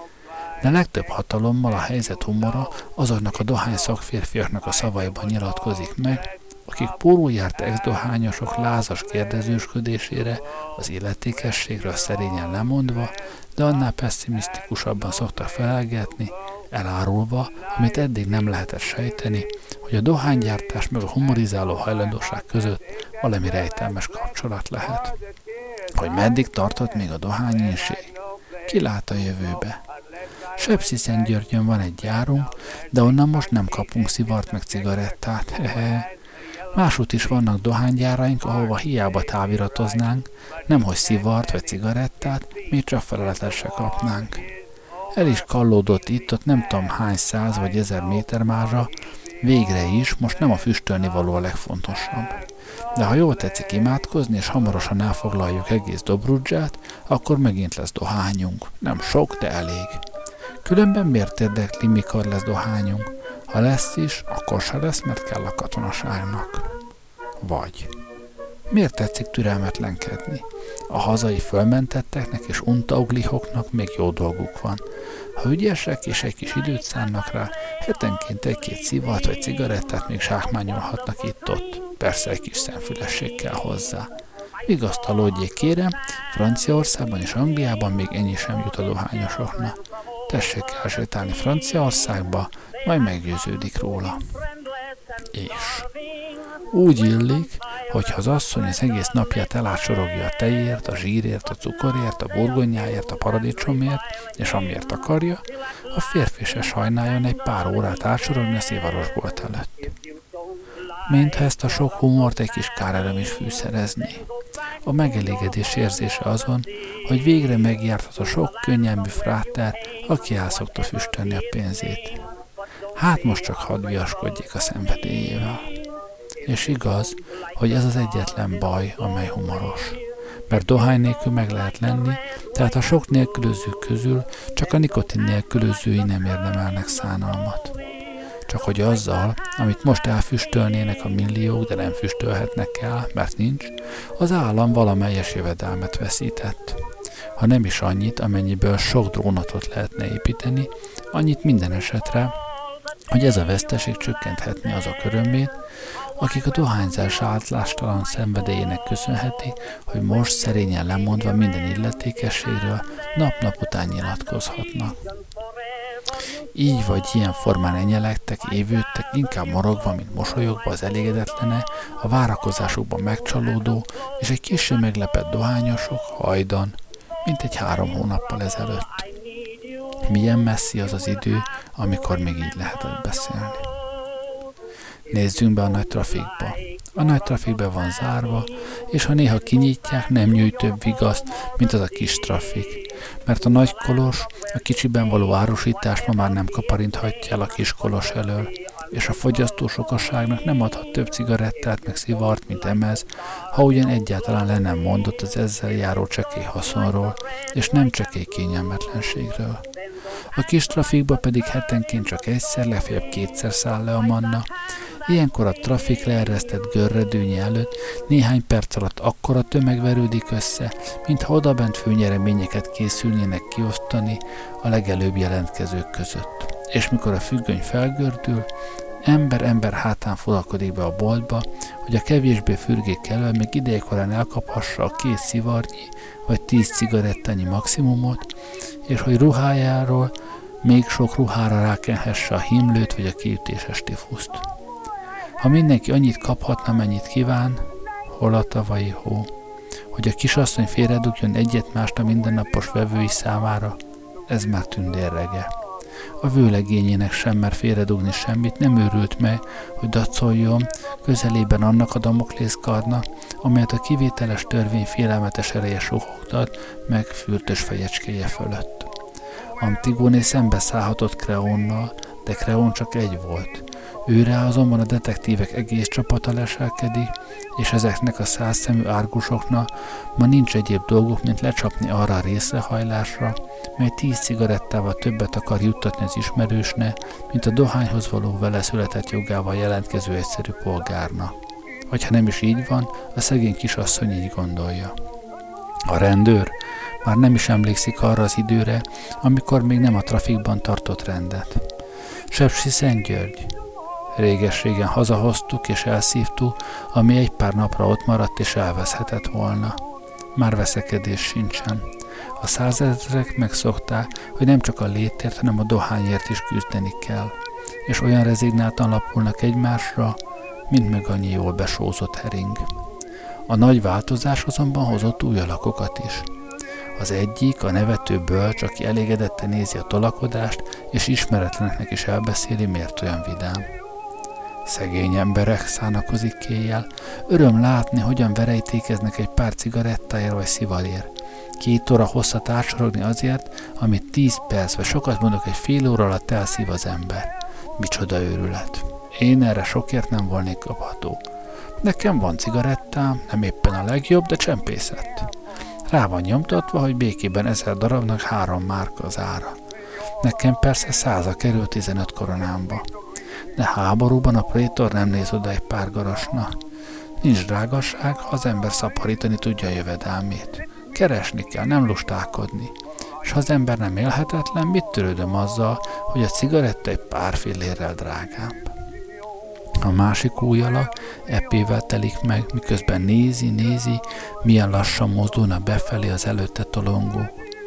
De legtöbb hatalommal a helyzet humora azoknak a dohány szakférfiaknak a szavaiban nyilatkozik meg, akik pólójárt ex-dohányosok lázas kérdezősködésére, az illetékességről szerényen lemondva, de annál pessimisztikusabban szoktak felelgetni, elárulva, amit eddig nem lehetett sejteni, hogy a dohánygyártás meg a humorizáló hajlandóság között valami rejtelmes kapcsolat lehet. Hogy meddig tartott még a dohányénség? Ki lát a jövőbe? Sepsiszentgyörgyön van egy gyárunk, de onnan most nem kapunk szivart meg cigarettát. Hehe. Másút is vannak dohánygyáraink, ahova hiába táviratoznánk, nemhogy szivart vagy cigarettát, még csak feleletet se kapnánk. El is kallódott itt-ott nem tudom hány száz vagy ezer méter márra, végre is, most nem a füstölni való a legfontosabb. De ha jól tetszik imádkozni, és hamarosan elfoglaljuk egész Dobrudzsát, akkor megint lesz dohányunk. Nem sok, de elég. Különben miért érdekli, mikor lesz dohányunk? Ha lesz is, akkor se lesz, mert kell a katonaságnak. Vagy miért tetszik türelmetlenkedni? A hazai fölmentetteknek és untauglihoknak még jó dolguk van. Ha ügyesek és egy kis időt szánnak rá, hetenként egy-két szivart vagy cigarettát még zsákmányolhatnak itt-ott. Persze egy kis szemfülesség kell hozzá. Vigasztalódjék, kérem, Franciaországban és Angliában még ennyi sem jut a dohányosoknak. Tessék elsétálni Franciaországba, majd meggyőződik róla. És úgy illik, hogyha az asszony az egész napját elátsorogja a tejért, a zsírért, a cukorért, a burgonyáért, a paradicsomért, és amiért akarja, a férfi se sajnáljon egy pár órát átsorogni a szivarosbolt előtt. Mintha ezt a sok humort egy kis kárelem is fűszerezné. A megelégedés érzése azon, hogy végre megjárhat a sok könnyelmű fráter, aki el szokta füstölni a pénzét. Hát most csak hadd viaskodjék a szenvedélyével. És igaz, hogy ez az egyetlen baj, amely humoros. Mert dohány nélkül meg lehet lenni, tehát a sok nélkülöző közül csak a nikotin nélkülözői nem érdemelnek szánalmat. Csak hogy azzal, amit most elfüstölnének a milliók, de nem füstölhetnek el, mert nincs, az állam valamelyes jövedelmet veszített. Ha nem is annyit, amennyiből sok drónatot lehetne építeni, annyit minden esetre, hogy ez a veszteség csökkenthetné az a körömét, akik a dohányzás átlástalan szenvedélyének köszönhetik, hogy most szerényen lemondva minden illetékességről nap-nap után nyilatkozhatnak. Így vagy ilyen formán enyelektek, évődtek, inkább morogva, mint mosolyogva az elégedetlene, a várakozásukban megcsalódó és egy kissé meglepett dohányosok hajdan, mint egy három hónappal ezelőtt. Milyen messzi az az idő, amikor még így lehetett beszélni. Nézzünk be a nagy trafikba. A nagy trafikbe van zárva, és ha néha kinyitják, nem nyújt több vigaszt, mint az a kis trafik. Mert a nagy kolos, a kicsiben való árusítást ma már nem kaparinthatja el a kis kolos elől, és a fogyasztó sokaságnak nem adhat több cigarettát meg szivart, mint emez, ha ugyan egyáltalán le nem mondott az ezzel járó csekély haszonról, és nem csekély kényelmetlenségről. A kis trafikba pedig hetenként csak egyszer, legfeljebb kétszer száll le a manna. Ilyenkor a trafik leeresztett görredőnye előtt néhány perc alatt akkora tömeg verődik össze, mintha odabent főnyereményeket készülnének kiosztani a legelőbb jelentkezők között. És mikor a függöny felgördül, ember-ember hátán fulakodik be a boltba, hogy a kevésbé fürgék elől még idejekorán elkaphassa a két szivarnyi vagy tíz cigarettányi maximumot, és hogy ruhájáról még sok ruhára rákenhesse a himlőt vagy a kiütéses tifuszt. Ha mindenki annyit kaphatna, mennyit kíván, hol a tavalyi hó, hogy a kisasszony félredugjon egyet-mást a mindennapos vevői számára, ez már tündérrege. A vőlegényének sem mer félredugni semmit, nem őrült meg, hogy dacoljon közelében annak a damoklészkardnak, amelyet a kivételes törvény félelmetes ereje suhogtat meg fürtös fejecskéje fölött. Antigóné szembeszállhatott Kreónnal, de Kreón csak egy volt. Őre azonban a detektívek egész csapata leselkedik, és ezeknek a százszemű árgusoknak ma nincs egyéb dolguk, mint lecsapni arra a részrehajlásra, mely tíz cigarettával többet akar juttatni az ismerősnek, mint a dohányhoz való vele született jogával jelentkező egyszerű polgárnak. Vagy ha nem is így van, a szegény kisasszony így gondolja. A rendőr már nem is emlékszik arra az időre, amikor még nem a trafikban tartott rendet. Sepsi Szentgyörgy. Réges-régen hazahoztuk és elszívtuk, ami egy pár napra ott maradt és elveszhetett volna. Már veszekedés sincsen. A százezrek megszokták, hogy nem csak a létért, hanem a dohányért is küzdeni kell, és olyan rezignáltan lapulnak egymásra, mint meg annyi jól besózott hering. A nagy változás azonban hozott új alakokat is. Az egyik, a nevető bölcs, aki elégedetten nézi a tolakodást, és ismeretleneknek is elbeszéli, miért olyan vidám. Szegény emberek, szánakozik éjjel, öröm látni, hogyan verejtékeznek egy pár cigarettáért vagy szivarért. Két óra hosszat átsorogni azért, amit tíz perc, vagy sokat mondok, egy fél óra alatt elszív az ember. Micsoda őrület. Én erre sokért nem volnék kapható. Nekem van cigarettám, nem éppen a legjobb, de csempészett. Rá van nyomtatva, hogy békében ezer darabnak három márka az ára. Nekem persze száza kerül tizenöt koronámba. De háborúban a prétor nem néz oda egy pár garasnak. Nincs drágaság, ha az ember szaporítani tudja a jövedelmét. Keresni kell, nem lustálkodni. és ha az ember nem élhetetlen, mit törődöm azzal, hogy a cigaretta egy pár fillérrel drágább. A másik ujjala epével telik meg, miközben nézi, nézi, milyen lassan mozdulna befelé az előtte tolongó.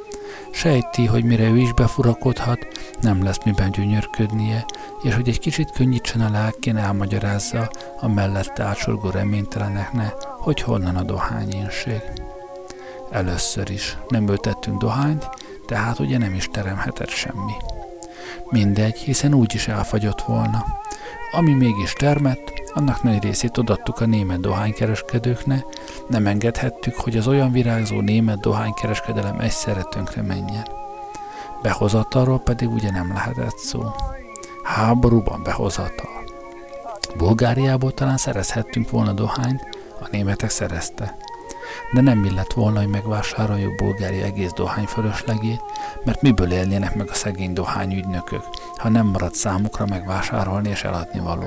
Sejti, hogy mire ő is befurakodhat, nem lesz miben gyönyörködnie, és hogy egy kicsit könnyítsen a lelkén, elmagyarázza a mellette átsorgó reményteleneknek, hogy honnan a dohányénség. Először is nem ültettünk dohányt, tehát ugye nem is teremhetett semmi. Mindegy, hiszen úgyis elfagyott volna. Ami mégis termett, annak nagy részét odaadtuk a német dohánykereskedőknek, nem engedhettük, hogy az olyan virágzó német dohánykereskedelem egyszerre tönkre menjen. Behozatalról pedig ugye nem lehetett szó. Háborúban behozatal. Bulgáriából talán szerezhettünk volna dohányt, a németek szerezte. De nem illett volna, hogy megvásároljuk Bulgária egész dohányfölöslegét, mert miből élnének meg a szegény dohányügynökök, ha nem maradt számukra megvásárolni és eladni való.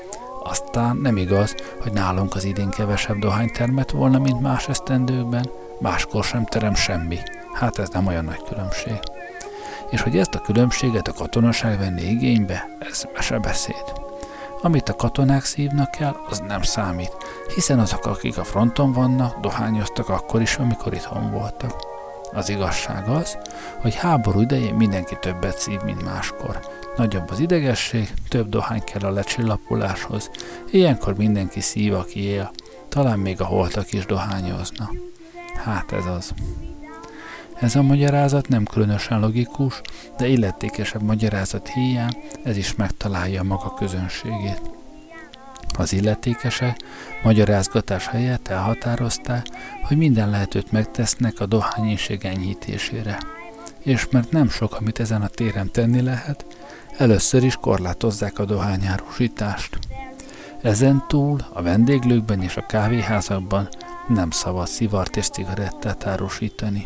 Aztán nem igaz, hogy nálunk az idén kevesebb dohány termett volna, mint más esztendőkben, máskor sem terem semmi. Hát ez nem olyan nagy különbség. És hogy ezt a különbséget a katonaság venni igénybe, ez mesebeszéd. Amit a katonák szívnak el, az nem számít, hiszen azok, akik a fronton vannak, dohányoztak akkor is, amikor itthon voltak. Az igazság az, hogy háború idején mindenki többet szív, mint máskor. Nagyobb az idegesség, több dohány kell a lecsillapuláshoz. Ilyenkor mindenki szív, aki él. Talán még a holtak is dohányozna. Hát ez az. Ez a magyarázat nem különösen logikus, de illetékesebb magyarázat híján ez is megtalálja maga közönségét. Az illetékesek magyarázgatás helyett elhatározták, hogy minden lehetőt megtesznek a dohányénség enyhítésére. És mert nem sok, amit ezen a téren tenni lehet, először is korlátozzák a dohányárusítást. Ezen túl a vendéglőkben és a kávéházakban nem szabad szivart és cigarettát árusítani.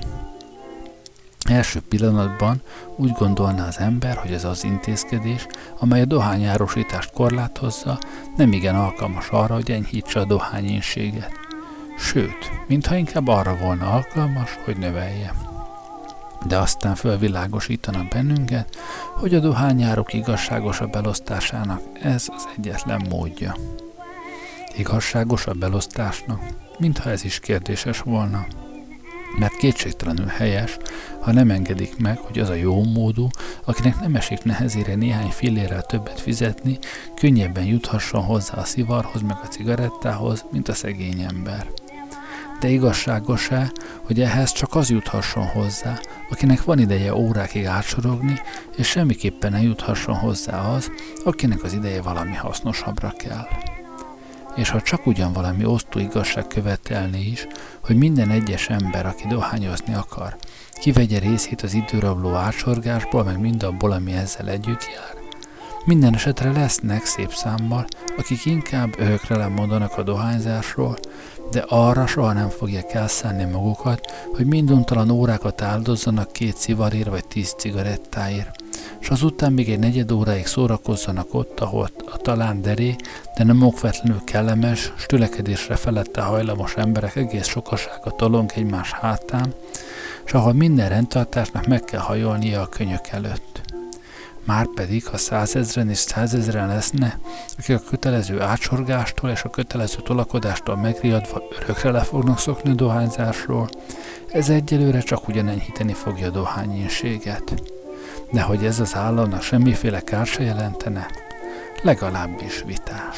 Első pillanatban úgy gondolná az ember, hogy ez az intézkedés, amely a dohányárusítást korlátozza, nem igen alkalmas arra, hogy enyhítse a dohányénséget. Sőt, mintha inkább arra volna alkalmas, hogy növelje. De aztán fölvilágosítanak bennünket, hogy a dohányáruk igazságosabb elosztásának ez az egyetlen módja. Igazságosabb elosztásnak, mintha ez is kérdéses volna. Mert kétségtelenül helyes, ha nem engedik meg, hogy az a jó módú, akinek nem esik nehezére néhány fillérrel többet fizetni, könnyebben juthasson hozzá a szivarhoz meg a cigarettához, mint a szegény ember. De igazságos-e, hogy ehhez csak az juthasson hozzá, akinek van ideje órákig átsorogni, és semmiképpen ne juthasson hozzá az, akinek az ideje valami hasznosabbra kell. És ha csak ugyan valami osztó igazság követelni is, hogy minden egyes ember, aki dohányozni akar, kivegye részét az időrabló átsorgásból, meg mindabból, ami ezzel együtt jár. Minden esetre lesznek szép számmal, akik inkább őkre lemondanak a dohányzásról, de arra soha nem fogják elszánni magukat, hogy minduntalan órákat áldozzanak két szivarért vagy tíz cigarettáért, és azután még egy negyed óráig szórakozzanak ott, ahol a talán deré, de nem okvetlenül kellemes, stülekedésre felette hajlamos emberek egész sokasága tolong egymás hátán, és ahol minden rendtartásnak meg kell hajolnia a könyök előtt. Márpedig, ha százezren és százezren leszne, akik a kötelező átsorgástól és a kötelező tolakodástól megriadva örökre le fognak szokni a dohányzásról, ez egyelőre csak ugyan enyhíteni fogja a dohányénséget. De hogy ez az államnak semmiféle kár se jelentene, legalábbis vitás.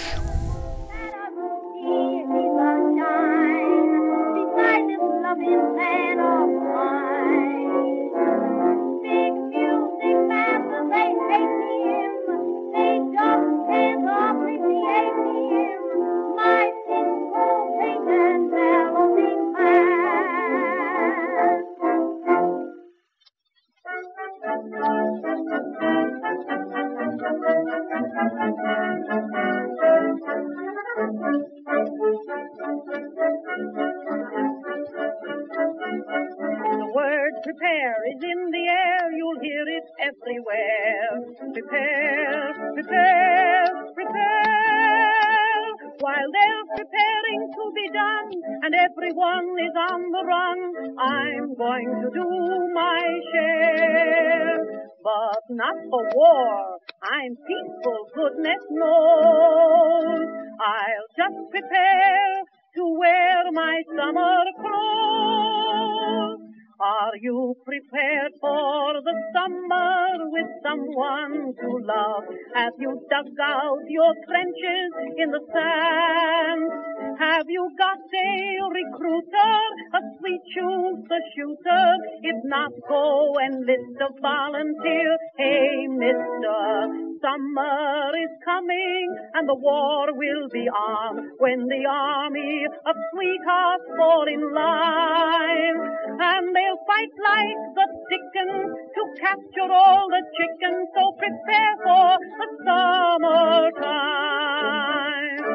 Prepare is in the air, you'll hear it everywhere. Prepare, prepare, prepare, while While they're preparing to be done and everyone is on the run, I'm going to do my share. But not for war, I'm peaceful, goodness knows. I'll just prepare to wear my summer clothes. Are you prepared for the summer with someone to love? Have you dug out your trenches in the sand? Have you got a recruiter, a sweet youth, a shooter? If not, go enlist a volunteer. Hey, mister, summer is coming and the war will be on when the army of sweethearts fall in line. And they'll fight like the chickens to capture all the chickens, so prepare for the summertime.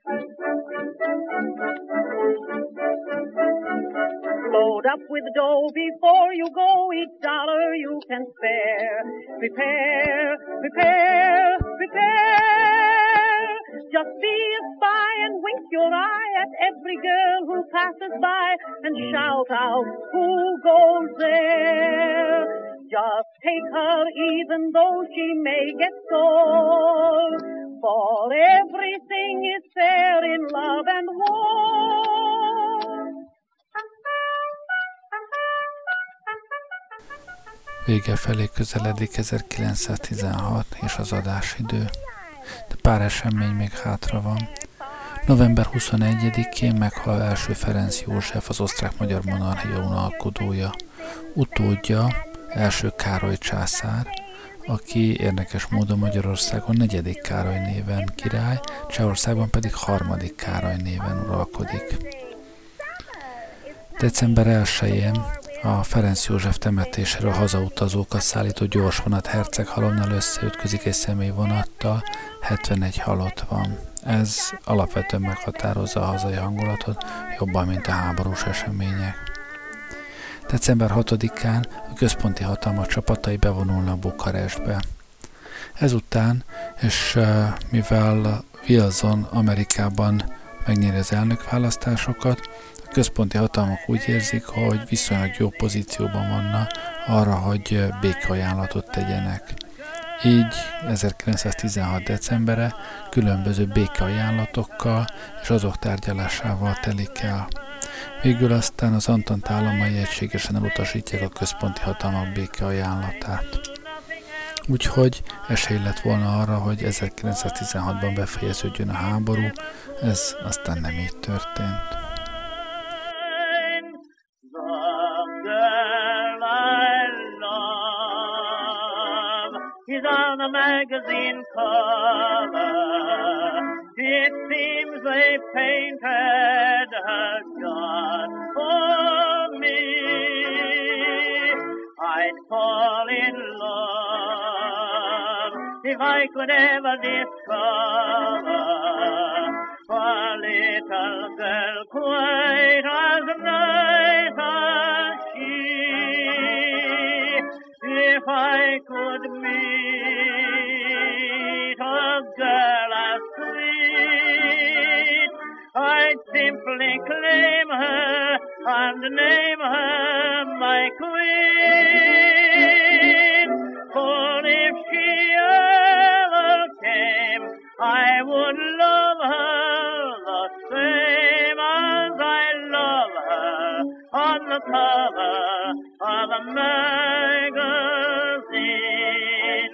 Load up with dough before you go, each dollar you can spare. Prepare, prepare, prepare. Just be a spy and wink your eye at every girl who passes by and shout out, who goes there? Just take her even though she may get sore, for everything is fair in love and war. Vége felé közeledik ezerkilencszáztizenhat és az adásidő, de pár esemény még hátra van. november huszonegyedikén meghal első Ferenc József, az osztrák-magyar monarchia uralkodója. Utódja első Károly császár, aki érdekes módon Magyarországon negyedik Károly néven király, Csehországban pedig harmadik Károly néven uralkodik. december elsején a Ferenc József temetéséről hazautazókat szállító gyorsvonat Herceghalomnál összeütközik egy személyvonattal, hetvenegy halott van. Ez alapvetően meghatározza a hazai hangulatot, jobban, mint a háborús események. december hatodikán a központi hatalmak csapatai bevonulnak Bukarestbe. Ezután, és mivel Wilson Amerikában megnyeri az elnökválasztásokat, a központi hatalmak úgy érzik, hogy viszonylag jó pozícióban vannak arra, hogy békeajánlatot tegyenek. Így ezerkilencszáztizenhat decembere különböző békeajánlatokkal és azok tárgyalásával telik el. Végül aztán az Antant államai egységesen elutasítják a központi hatalmak békeajánlatát. Úgyhogy esély lett volna arra, hogy ezerkilencszáztizenhatban befejeződjön a háború, ez aztán nem így történt. Is on the magazine cover. It seems they painted her just for me. I'd fall in love if I could ever discover a little girl quite as nice as she. If I could meet a girl as sweet, I'd simply claim her and name her my queen. For if she ever came, I would love her the same as I love her on the cover of a magazine.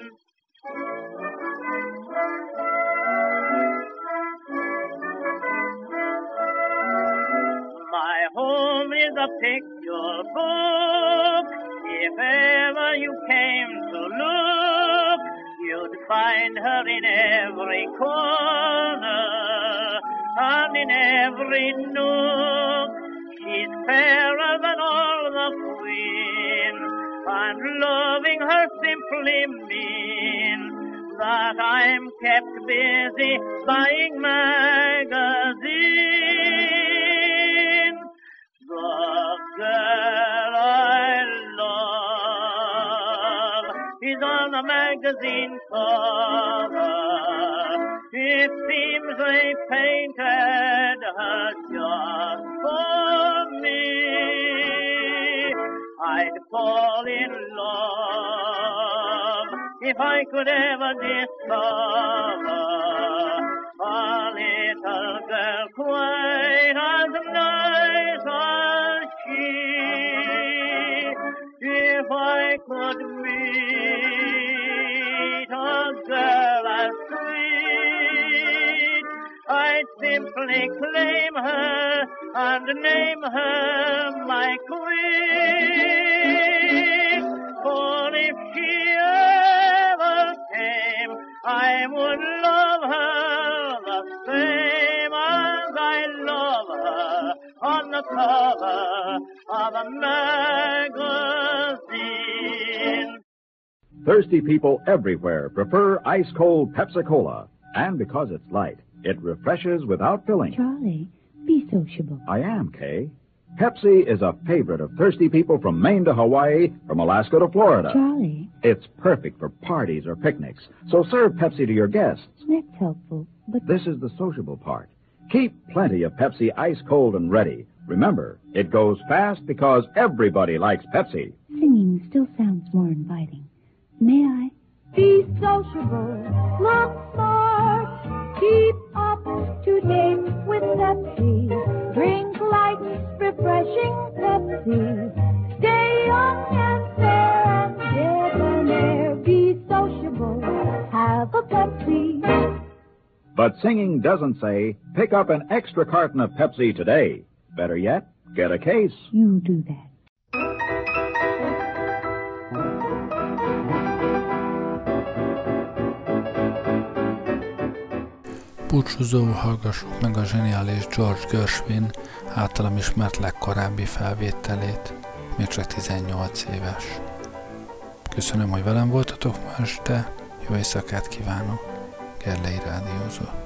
My home is a picture book. If ever you came to look, you'd find her in every corner and in every nook. She's fairer than all the queen, and loving her simply means that I'm kept busy buying magazines. The girl I love is on the magazine cover. it seems they painted her just for me. I'd fall in love if I could ever discover a little girl quite as nice as she. If I could meet a girl as sweet, I'd simply claim her and name her my queen. For if she ever came, I would love her the same as I love her on the cover of a magazine. Thirsty people everywhere prefer ice-cold Pepsi-Cola. And because it's light, it refreshes without filling. Charlie, be sociable. I am, Kay. Pepsi is a favorite of thirsty people from Maine to Hawaii, from Alaska to Florida. Charlie. It's perfect for parties or picnics, so serve Pepsi to your guests. That's helpful, but... This is the sociable part. Keep plenty of Pepsi ice-cold and ready. Remember, it goes fast because everybody likes Pepsi. Singing still sounds more inviting. May I? Be sociable, look smart, keep up to date with Pepsi. Drink light, refreshing Pepsi. Stay young and fair and debonair. Be sociable, have a Pepsi. But singing doesn't say, pick up an extra carton of Pepsi today. Better yet, get a case. You do that. Búcsúzóul hallgassuk meg a zseniális George Gershwin általam ismert legkorábbi felvételét, még csak tizennyolc éves. Köszönöm, hogy velem voltatok ma este, jó éjszakát kívánok, Gerlei Rádiózó.